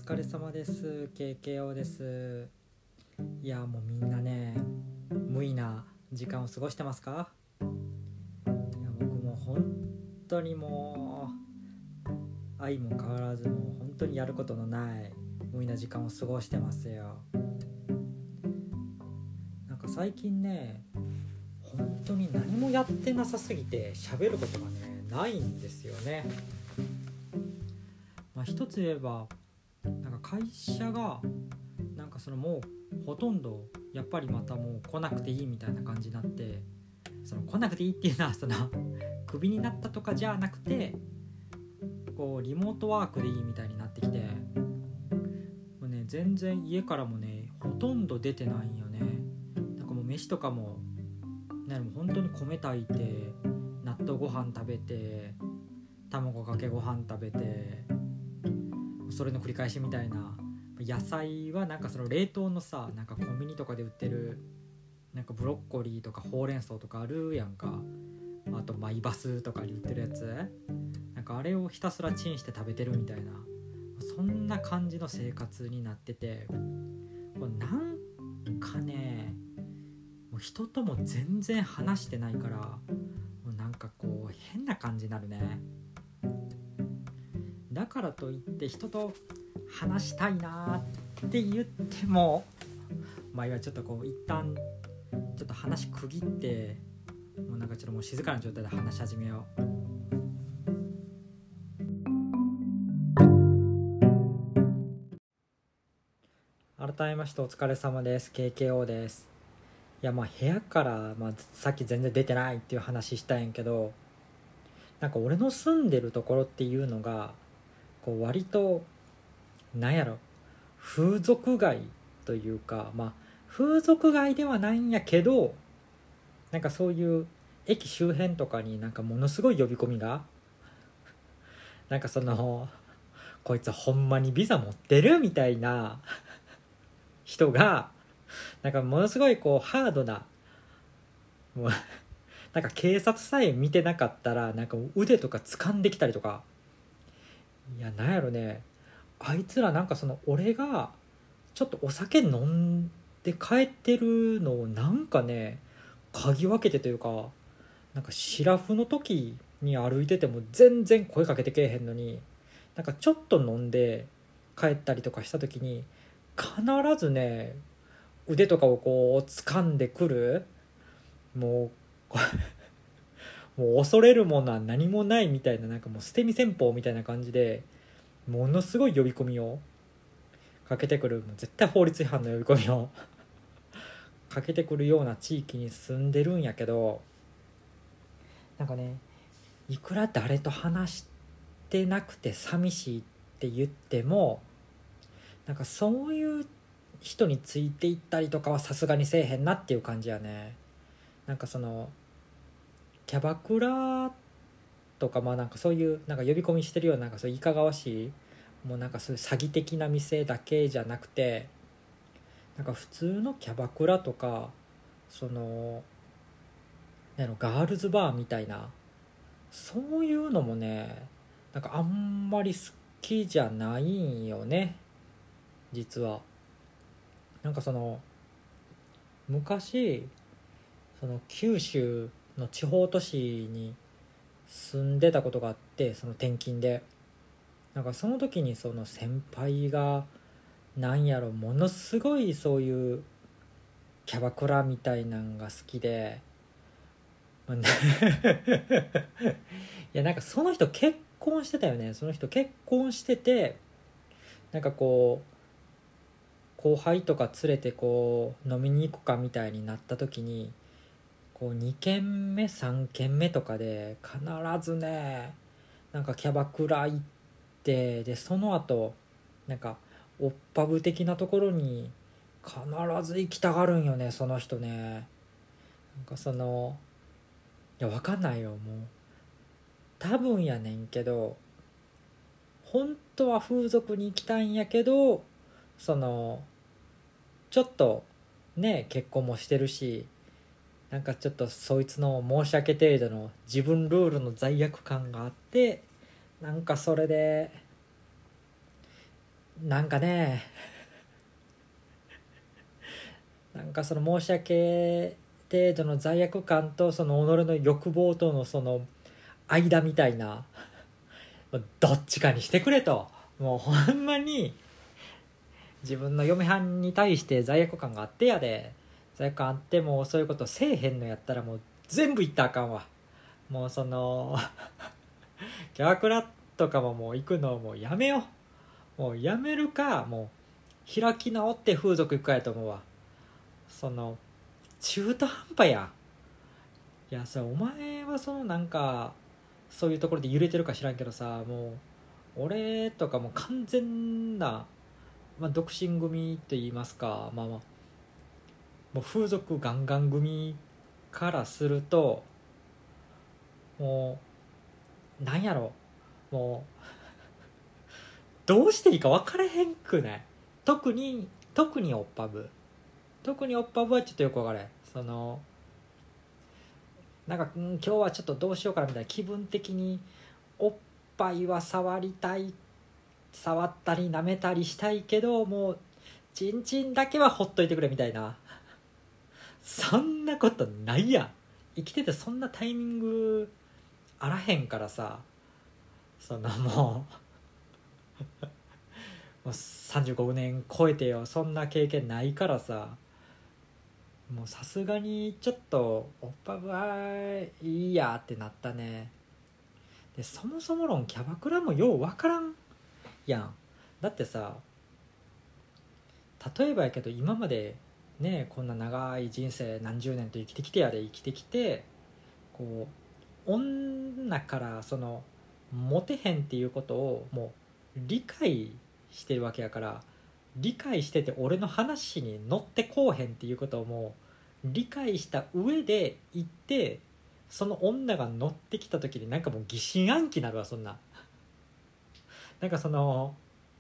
疲れ様です。 KKO です。いやもうみんなね、無意な時間を過ごしてますか？いや僕も本当にもう相も変わらず、もう本当にやることのない無意な時間を過ごしてますよ。なんか最近ね、本当に何もやってなさすぎて喋ることがねないんですよね。一つ言えば、なんか会社がなんかそのもうほとんどやっぱりまたもう来なくていいみたいな感じになって、その来なくていいっていうのはそのクビになったとかじゃなくて、こうリモートワークでいいみたいになってきて、もうね全然家からもねほとんど出てないんよね。なんかもう飯とかももう本当に米炊いて納豆ご飯食べて卵かけご飯食べて、それの繰り返しみたいな。野菜はなんかその冷凍のさ、なんかコンビニとかで売ってるなんかブロッコリーとかほうれん草とかあるやんか。あとマイバスとかに売ってるやつ、なんかあれをひたすらチンして食べてるみたいな、そんな感じの生活になってて、なんかね、もう人とも全然話してないから、もうなんかこう変な感じになるね。だからといって人と話したいなって言っても、今ちょっとこう一旦ちょっと話区切って、もうなんかちょっともう静かな状態で話し始めよう。改めましてお疲れ様です。 KKO です。いや部屋から、さっき全然出てないっていう話したんやけど、なんか俺の住んでるところっていうのがこう割となんやろ、風俗街というか、風俗街ではないんやけど、なんかそういう駅周辺とかになんかものすごい呼び込みが、なんかそのこいつほんまにビザ持ってるみたいな人が、なんかものすごいこうハードな、もうなんか警察さえ見てなかったらなんか腕とか掴んできたりとか、いやなんやろね、あいつらなんかその俺がちょっとお酒飲んで帰ってるのをなんかね嗅ぎ分けてというか、なんかシラフの時に歩いてても全然声かけてけえへんのに、なんかちょっと飲んで帰ったりとかした時に必ずね腕とかをこう掴んでくる。もうもう恐れるものは何もないみたいな、なんかもう捨て身戦法みたいな感じでものすごい呼び込みをかけてくる、もう絶対法律違反の呼び込みをかけてくるような地域に住んでるんやけど、なんかね、いくら誰と話してなくて寂しいって言っても、なんかそういう人についていったりとかはさすがにせえへんなっていう感じやね。なんかそのキャバクラとか、なんかそういうなんか呼び込みしてるような、なんかそういういかがわしい、もうなんかそういう詐欺的な店だけじゃなくて、なんか普通のキャバクラとか、そのガールズバーみたいな、そういうのもね、なんかあんまり好きじゃないんよね、実は。なんかその昔、その九州の地方都市に住んでたことがあって、その転勤で、なんかその時にその先輩がなんやろ、ものすごいそういうキャバクラみたいなんが好きで、いやなんかその人結婚してたよね。その人結婚してて、なんかこう後輩とか連れてこう飲みに行くかみたいになった時に、こう2軒目3軒目とかで必ずね、なんかキャバクラ行って、でその後なんかオッパブ的なところに必ず行きたがるんよね、その人ね。なんかその、いやわかんないよ、もう多分やねんけど、本当は風俗に行きたいんやけど、そのちょっとね結婚もしてるし、なんかちょっとそいつの申し訳程度の自分ルールの罪悪感があって、なんかそれでなんかね、なんかその申し訳程度の罪悪感とその己の欲望とのその間みたいな、どっちかにしてくれと。もうほんまに自分の嫁はんに対して罪悪感があってやで、罪悪感あってもそういうことせえへんのやったらもう全部言ったらあかんわ。もうそのキャバクラとかももう行くのもうやめよう。もうやめるか、もう開き直って風俗行くかやと思うわ。その中途半端や。いやさ、お前はそのなんかそういうところで揺れてるか知らんけどさ、もう俺とかもう完全な、独身組と言いますか、もう風俗ガンガン組からすると、もうなんやろ、もうどうしていいか分からへんくない？特にオッパブはちょっとよく分からへん。そのなんか、今日はちょっとどうしようかなみたいな気分的におっぱいは触りたい、触ったり舐めたりしたいけど、もうチンチンだけはほっといてくれみたいな、そんなことないやん。生きててそんなタイミングあらへんからさ。そんなもう35年超えてよ、そんな経験ないからさ。もうさすがにちょっとおっぱぶはいいやってなったね。でそもそも論キャバクラもようわからんやん。だってさ、例えばやけど今までね、こんな長い人生何十年と生きてきてやで、生きてきてこう女からそのモテへんっていうことをもう理解してるわけやから、理解してて俺の話に乗ってこうへんっていうことをもう理解した上で言って、その女が乗ってきた時になんかもう疑心暗鬼なるわ。そんな、なんかその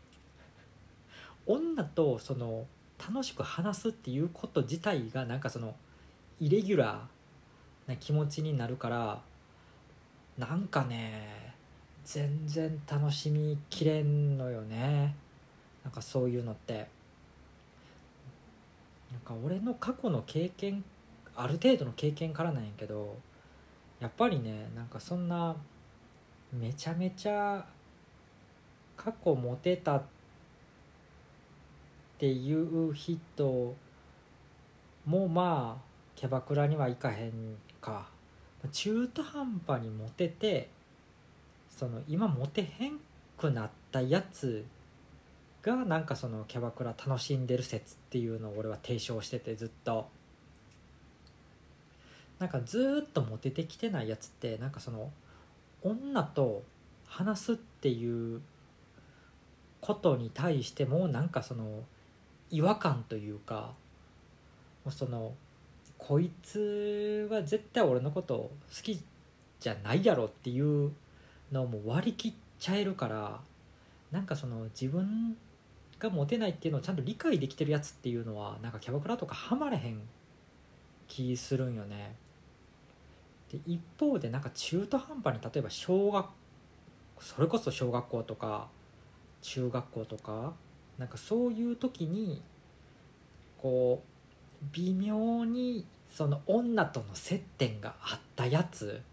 女とその楽しく話すっていうこと自体がなんかそのイレギュラーな気持ちになるから、なんかね、全然楽しみきれんのよね。なんかそういうのって、なんか俺の過去の経験、ある程度の経験からなんやけど、やっぱりね、なんかそんなめちゃめちゃ過去モテたっていう人もキャバクラには行かへんか。中途半端にモテて、その今モテへんくなったやつがなんかそのキャバクラ楽しんでる説っていうのを俺は提唱してて、ずっとなんかずっとモテてきてないやつってなんかその女と話すっていうことに対してもなんかその違和感というか、もうそのこいつは絶対俺のこと好きじゃないやろっていうのをもう割り切っちゃえるから、なんかその自分がモテないっていうのをちゃんと理解できてるやつっていうのはなんかキャバクラとかハマれへん気するんよね。で一方でなんか中途半端に例えばそれこそ小学校とか中学校とかなんかそういう時にこう微妙にその女との接点があったやつ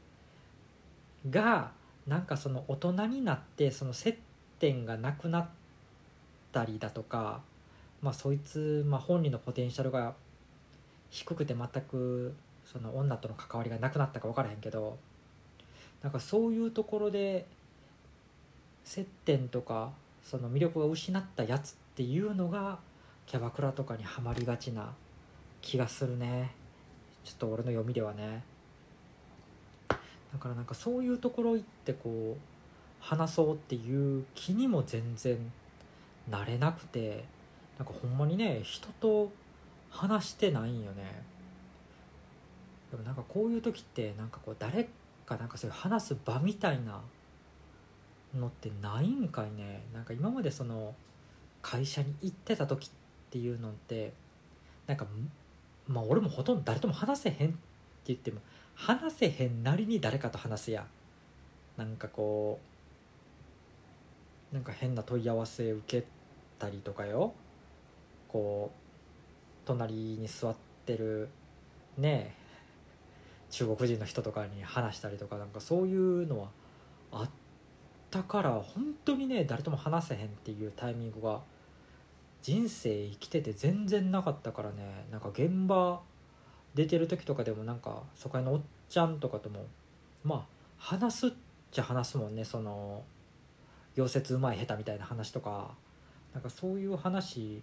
がなんかその大人になってその接点がなくなったりだとか、そいつ、本人のポテンシャルが低くて全くその女との関わりがなくなったか分からへんけど、なんかそういうところで接点とかその魅力が失ったやつっていうのがキャバクラとかにはまりがちな気がするね。ちょっと俺の読みではね。だからなんかそういうところ行ってこう話そうっていう気にも全然なれなくて、なんかほんまにね人と話してないんよね。でもなんかこういう時ってなんかこう誰かなんかそういう話す場みたいなのってないんかいね。なんか今までその会社に行ってた時っていうのってなんか俺もほとんど誰とも話せへんって言っても話せへんなりに誰かと話すやん。なんかこうなんか変な問い合わせ受けったりとかよ、こう隣に座ってるね中国人の人とかに話したりとか、なんかそういうのはあったから、本当にね誰とも話せへんっていうタイミングが人生生きてて全然なかったからね。なんか現場出てる時とかでもなんか疎開のおっちゃんとかともまあ話すっちゃ話すもんね。その溶接うまい下手みたいな話とか、なんかそういう話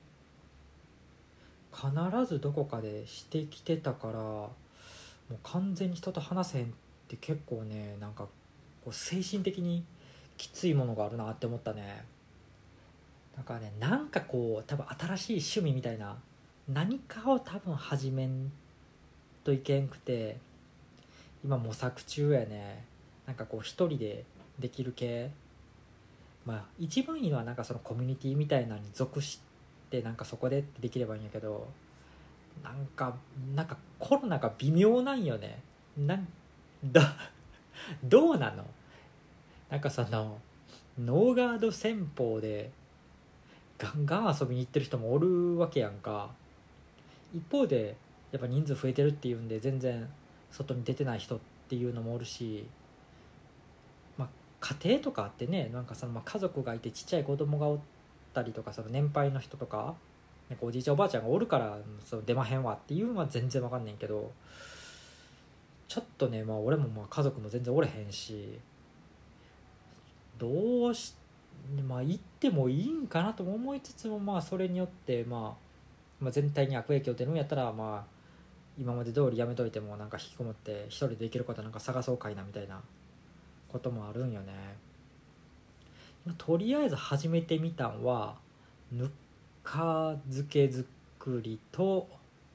必ずどこかでしてきてたから、もう完全に人と話せへんって結構ね、なんかこう精神的にきついものがあるなって思ったね。なんかね、なんかこう多分新しい趣味みたいな何かを多分始めんといけんくて、今模索中やね。なんかこう一人でできる系、まあ一番いいのはなんかそのコミュニティみたいなのに属してなんかそこでできればいいんやけど、なんかコロナが微妙なんよね。なんだどうなの。なんかそのノーガード戦法でガンガン遊びに行ってる人もおるわけやんか。一方でやっぱ人数増えてるっていうんで全然外に出てない人っていうのもおるし、まあ家庭とかあってね、なんかそのまあ家族がいてちっちゃい子供がおったりとか、その年配の人とかなんかおじいちゃんおばあちゃんがおるからその出まへんわっていうのは全然わかんねんけど、ちょっとね、まあ俺もまあ家族も全然おれへんし、どうしまあ行ってもいいんかなとも思いつつも、まあそれによってまあ全体に悪影響出るんやったら、まあ今まで通りやめといてもなんか引きこもって一人でできることなんか探そうかいなみたいなこともあるんよね。とりあえず始めてみたんはぬか漬け作りと、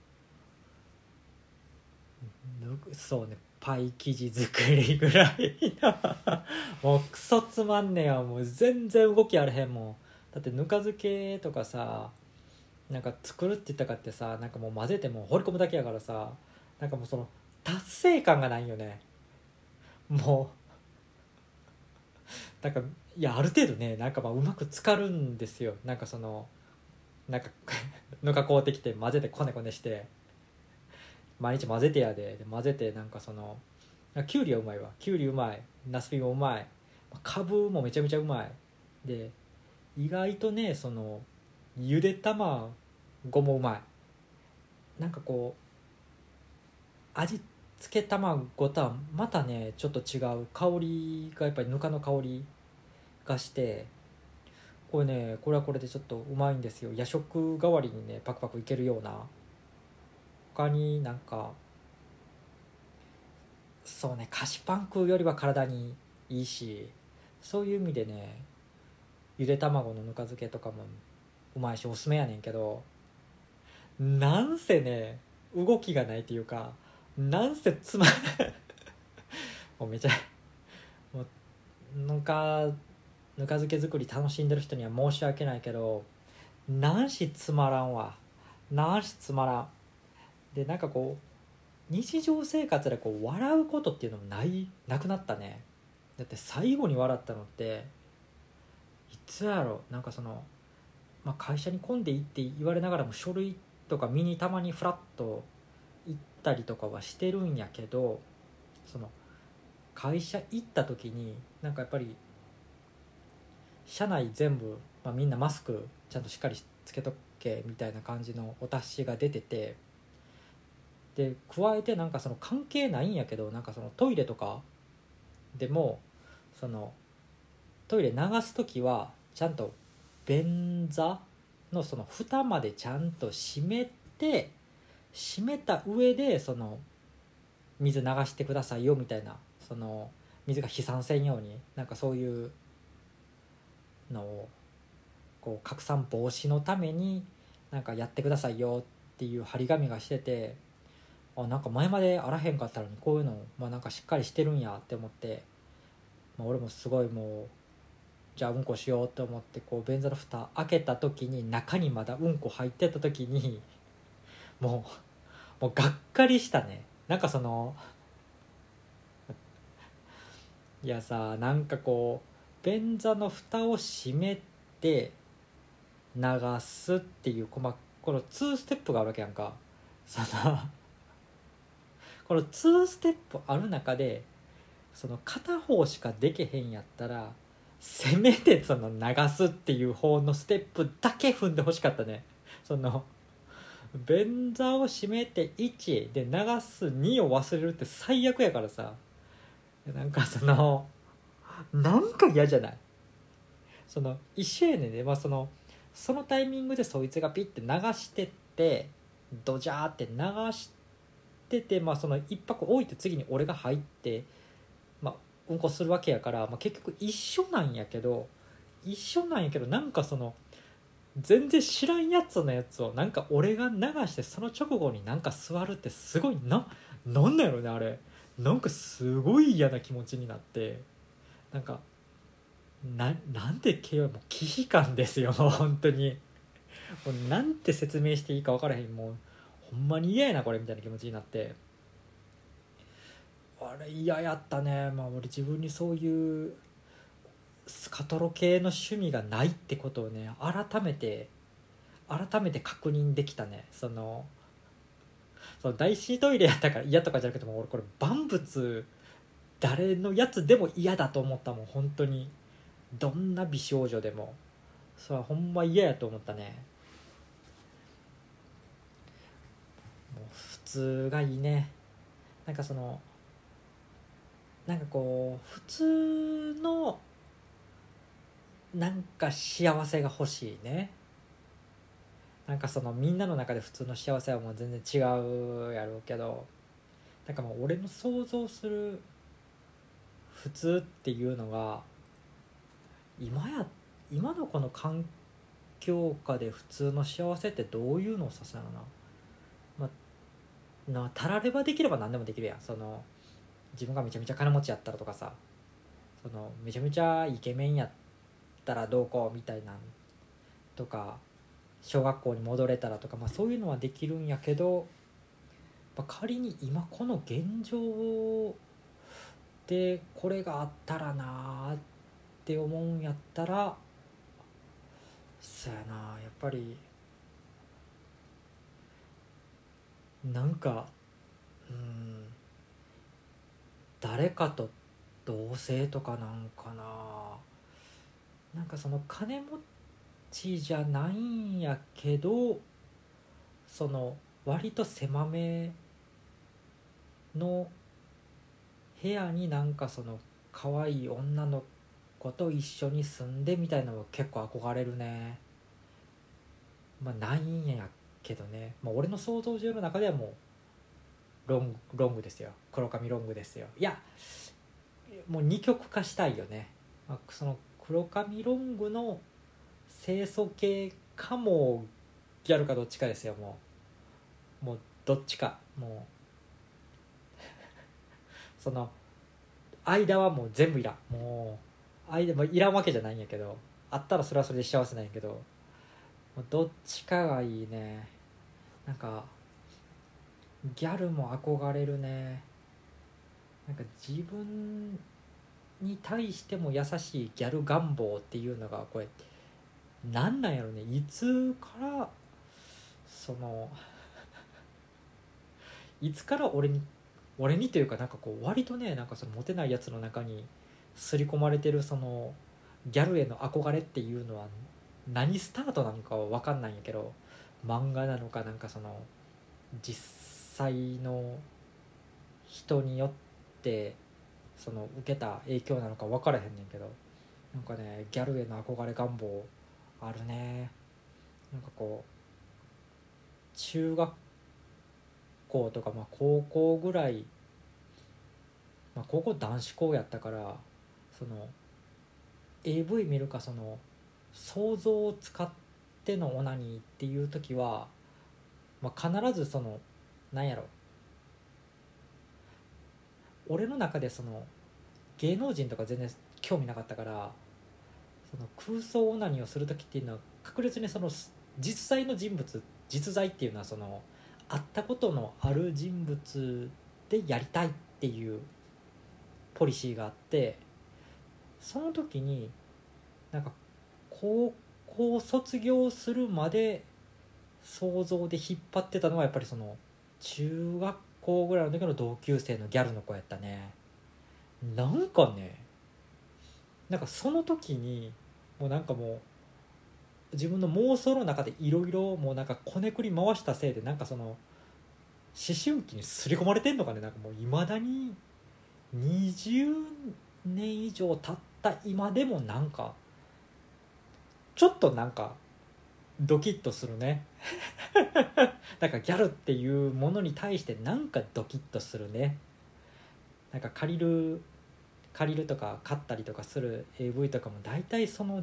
そうね、パイ生地作りぐらいなもうクソつまんねえわ。もう全然動きあれへんもん。だってぬか漬けとかさ、なんか作るって言ったかってさ、なんかもう混ぜてもう放り込むだけやからさ、なんかもうその達成感がないよね。もうなんかいやある程度ね、なんかまあうまく浸かるんですよ。なんかそのなんかぬか買うてきて混ぜてこねこねして毎日混ぜてやで混ぜて、なんかそのきゅうりはうまいわ、きゅうりうまい、ナスビもうまい、かぶもめちゃめちゃうまいで、意外とねそのゆで卵もうまい。なんかこう味付け卵とはまたねちょっと違う香りがやっぱりぬかの香りがして、これねこれはこれでちょっとうまいんですよ。夜食代わりにねパクパクいけるような。他になんかそうね、菓子パン食うよりは体にいいし、そういう意味でねゆで卵のぬか漬けとかもうまいしおすすめやねんけど、なんせね動きがないっていうか、なんせもうめちゃもうぬか漬け作り楽しんでる人には申し訳ないけど、なんしつまらんわ。なんしつまらん。でなんかこう日常生活でこう笑うことっていうのもなくなったね。だって最後に笑ったのっていつやろ。なんかその、まあ、会社に混んでいいって言われながらも書類とか見にたまにフラッと行ったりとかはしてるんやけど、その会社行った時になんかやっぱり社内全部、まあ、みんなマスクちゃんとしっかりつけとけみたいな感じのお達しが出てて、で加えてなんかその関係ないんやけど、なんかそのトイレとかでもそのトイレ流す時はちゃんと便座のその蓋までちゃんと閉めた上でその水流してくださいよみたいな、その水が飛散せんようになんかそういうのをこう拡散防止のためになんかやってくださいよっていう張り紙がしてて、なんか前まであらへんかったのにこういうのまあなんかしっかりしてるんやって思って、まあ、俺もすごいもうじゃあうんこしようって思ってこう便座の蓋開けた時に中にまだうんこ入ってた時にもうがっかりしたね。なんかそのいやさ、なんかこう便座の蓋を閉めて流すっていうこの2ステップがあるわけやんか。そのこの2ステップある中でその片方しかできへんやったらせめてその流すっていう方のステップだけ踏んでほしかったね。その便座を閉めて1で流す2を忘れるって最悪やからさ。なんかなんか嫌じゃない？一緒やねんね。そのタイミングでそいつがピッて流してってドジャーって流してて、その一泊置いて次に俺が入って、うんこするわけやから、結局一緒なんやけどなんか全然知らんやつのやつをなんか俺が流してその直後になんか座るってすごいなんなんやろねあれ。なんかすごい嫌な気持ちになって、なんかなんてもう忌避感ですよもう本当に。もうなんて説明していいか分からへん。もうほんまに嫌やなこれみたいな気持ちになって、あれ嫌やったね。俺自分にそういうスカトロ系の趣味がないってことをね改めて確認できたね。その大師トイレやったから嫌とかじゃなくても、俺これ万物誰のやつでも嫌だと思ったもん本当に。どんな美少女でもそれはほんま嫌やと思ったね。もう普通がいいね。なんかなんかこう普通のなんか幸せが欲しいね。なんかみんなの中で普通の幸せはもう全然違うやろうけど、なんかもう俺の想像する普通っていうのが今のこの環境下で普通の幸せってどういうのを指すのかな。たらればできれば何でもできるやん。自分がめちゃめちゃ金持ちやったらとかさ、めちゃめちゃイケメンやったらどうこうみたいなんとか、小学校に戻れたらとか、そういうのはできるんやけど、仮に今この現状でこれがあったらなーって思うんやったら、そうやな、やっぱりなんか誰かと同棲とかなんかな。なんか金持ちじゃないんやけど割と狭めの部屋になんか可愛い女の子と一緒に住んでみたいなのは結構憧れるね。ないんやけどね。俺の想像上の中ではもうロングですよ。黒髪ロングですよ。いやもう二極化したいよね。黒髪ロングの清楚系かもギャルかどっちかですよ。もうどっちか。もう間はもう全部いらん。もう間もいらんわけじゃないんやけど、あったらそれはそれで幸せなんやけど、もうどっちかがいいね。なんかギャルも憧れるね。なんか自分に対しても優しいギャル願望っていうのがこれなんなんやろね。いつからいつから俺にというか、なんかこう割とね、なんかモテないやつの中に刷り込まれてるギャルへの憧れっていうのは何スタートなのかは分かんないんやけど、漫画なのかなんか実際の人によって受けた影響なのか分からへんねんけど、なんかねギャルへの憧れ願望あるね。なんかこう中学校とか、高校ぐらい、高校男子校やったから、その AV 見るか想像を使ってのオナニーっていう時は、必ずなんやろ、俺の中で芸能人とか全然興味なかったから、空想オナニーをする時っていうのは確実に実際の人物、実在っていうのは会ったことのある人物でやりたいっていうポリシーがあって、その時になんか高校を卒業するまで想像で引っ張ってたのはやっぱりその中学校ぐらいの時の同級生のギャルの子やったね。なんかね、なんかその時にもうなんかもう自分の妄想の中でいろいろもうなんかこねくり回したせいでなんかその思春期に刷り込まれてんのかね。なんかもういまだに20年以上経った今でもなんかちょっとなんかドキッとするね。なんかギャルっていうものに対してなんかドキッとするね。なんか借りるとか買ったりとかする AV とかも大体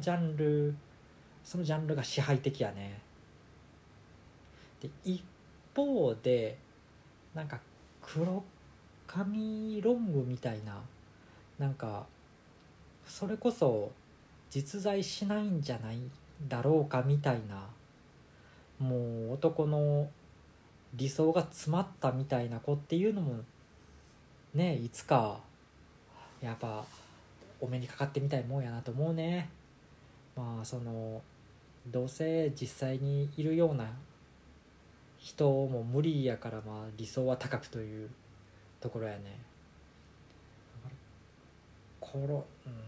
そのジャンルが支配的やね。で一方でなんか黒髪ロングみたいな、なんかそれこそ実在しないんじゃないだろうかみたいな、もう男の理想が詰まったみたいな子っていうのもね、いつかやっぱお目にかかってみたいもんやなと思うね。まあそのどうせ実際にいるような人も無理やから、まあ理想は高くというところやね。この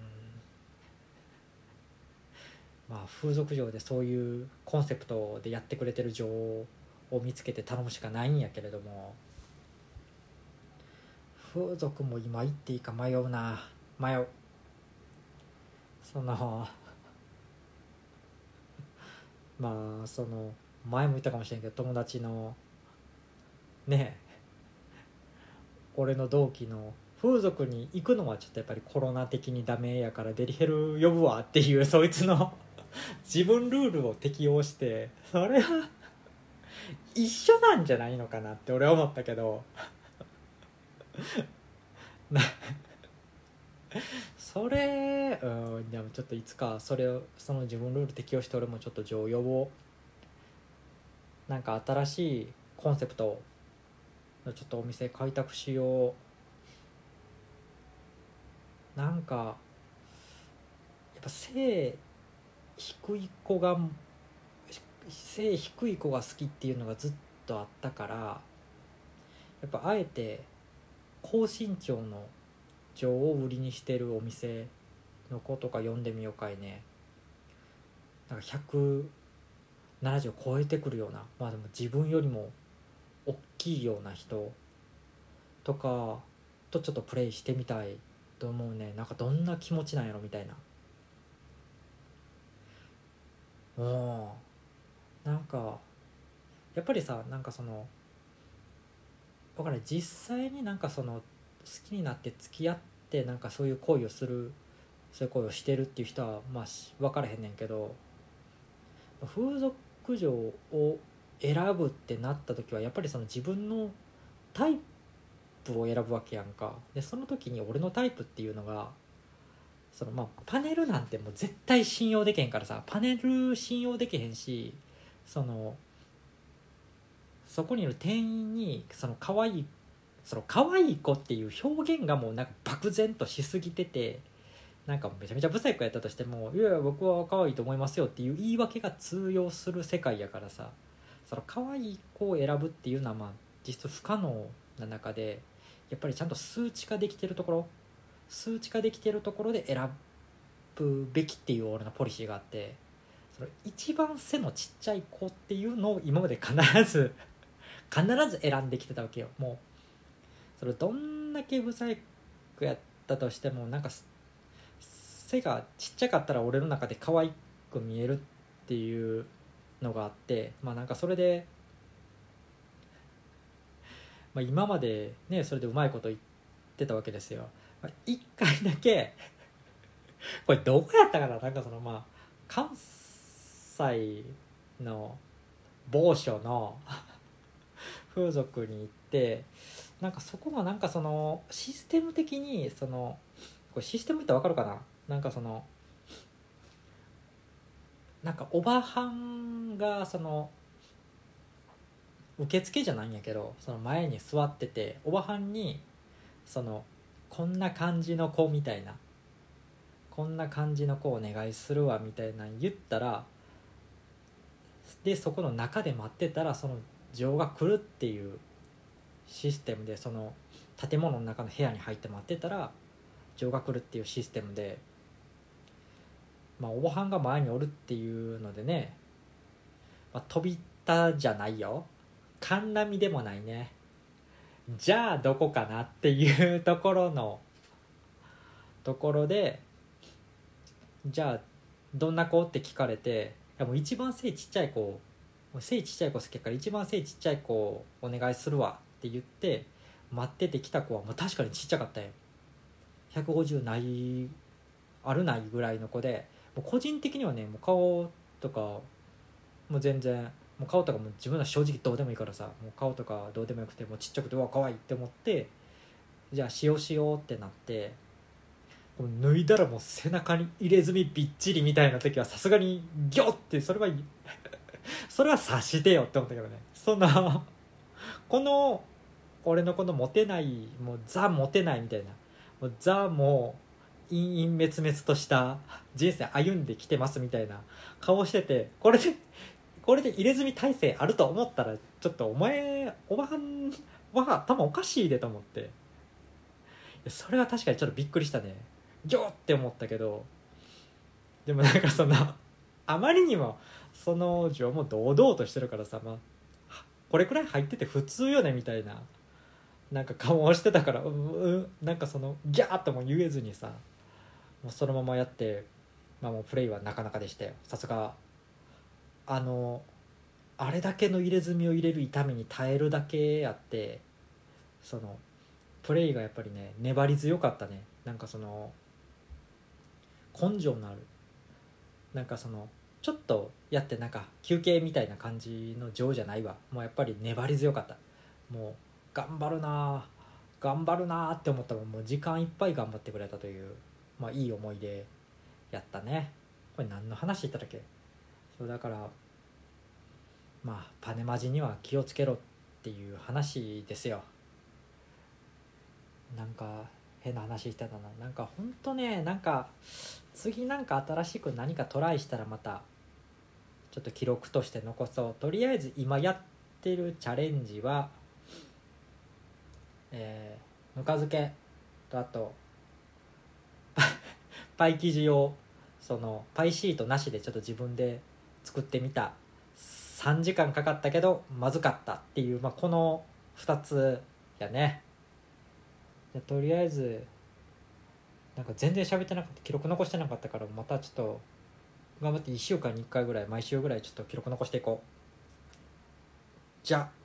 まあ風俗嬢でそういうコンセプトでやってくれてる女王を見つけて頼むしかないんやけれども、風俗も今行っていいか迷うな。迷う。そのまあその前も言ったかもしれんけど、友達のね、俺の同期の風俗に行くのはちょっとやっぱりコロナ的にダメやからデリヘル呼ぶわっていうそいつの自分ルールを適用して、それは一緒なんじゃないのかなって俺は思ったけどそれでもちょっといつかその自分ルール適用して俺もちょっと上予をなんか新しいコンセプトのちょっとお店開拓しよう。なんかやっぱ背低い子が好きっていうのがずっとあったから、やっぱあえて高身長の女を売りにしてるお店の子とか呼んでみようかいね。なんか170を超えてくるような、まあでも自分よりも大きいような人とかとちょっとプレイしてみたいと思うね。なんかどんな気持ちなんやろみたいな。なんかやっぱりさ、なんかその分からない、実際になんかその好きになって付き合ってなんかそういう行為をする、そういう行為をしてるっていう人はまあ分からへんねんけど、風俗嬢を選ぶってなった時はやっぱりその自分のタイプを選ぶわけやんか。でその時に俺のタイプっていうのがそのまあパネルなんてもう絶対信用できへんからさ、パネル信用できへんし、そこにいる店員にその可愛い子っていう表現がもうなんか漠然としすぎてて、なんかめちゃめちゃブサイクやったとしても、いやいや僕は可愛いと思いますよっていう言い訳が通用する世界やからさ、その可愛い子を選ぶっていうのはまあ実質不可能な中で、やっぱりちゃんと数値化できてるところで選ぶべきっていう俺のポリシーがあって、その一番背のちっちゃい子っていうのを今まで必ず選んできてたわけよ。もうそれどんだけブサイクやったとしても、なんか背がちっちゃかったら俺の中で可愛く見えるっていうのがあって、まあなんかそれで、まあ、今までねそれでうまいこと言ってたわけですよ。まあ、一回だけこれどこやったかな、なんかそのまあ関西の某所の風俗に行って、なんかそこがなんかそのシステム的にこれシステムってわかるかな、なんかなんかおばはんが受付じゃないんやけど、その前に座ってて、おばはんにこんな感じの子みたいな、こんな感じの子お願いするわみたいな言ったら、 でそこの中で待ってたらその女王が来るっていうシステムで、その建物の中の部屋に入って待ってたら女王が来るっていうシステムで、おばはんが前におるっていうのでね、飛びたじゃないよ、観覧みでもないね。じゃあどこかなっていうところで、じゃあどんな子って聞かれて、いやもう一番背ちっちゃい子、もう背ちっちゃい子好きやから一番背ちっちゃい子お願いするわって言って待ってて来た子はもう確かにちっちゃかったよ。150ないあるないぐらいの子で、もう個人的にはね、もう顔とかもう全然、もう顔とかも自分は正直どうでもいいからさ、もう顔とかどうでもよくて、もうちっちゃくてうわ可愛いって思って、じゃあしようってなって、脱いだらもう背中に入れ墨びっちりみたいな時はさすがにギョって、それはそれは察してよって思ったけどね。そんなこの俺のこのモテない、もうザモテないみたいな、もうザもう陰々滅々とした人生歩んできてますみたいな顔してて、これで入れ墨体制あると思ったら、ちょっとお前おばはんは頭おかしいでと思って、それは確かにちょっとびっくりしたね。ギョーって思ったけど、でもなんかそのあまりにもその女も堂々としてるからさ、これくらい入ってて普通よねみたいななんか顔をしてたから、なんかそのギャーとも言えずにさ、もうそのままやって、もうプレイはなかなかでしたよ。さすがあれだけの入れ墨を入れる痛みに耐えるだけあって、そのプレイがやっぱりね粘り強かったね。なんかその根性のある、なんかそのちょっとやってなんか休憩みたいな感じの情じゃないわ。もうやっぱり粘り強かった。もう頑張るなって思ったら、もう時間いっぱい頑張ってくれたという、いい思い出やったね。これ何の話言ったっけ。そうだから、パネマジには気をつけろっていう話ですよ。なんか変な話してたな。なんかほんとね、なんか次なんか新しく何かトライしたらまたちょっと記録として残そう。とりあえず今やってるチャレンジは、ぬか漬けと、あとパイ生地をそのパイシートなしでちょっと自分で作ってみた。3時間かかったけどまずかったっていう、この2つやね。とりあえずなんか全然喋ってなかった、記録残してなかったから、またちょっと頑張って1週間に1回ぐらい、毎週ぐらいちょっと記録残していこう。じゃあ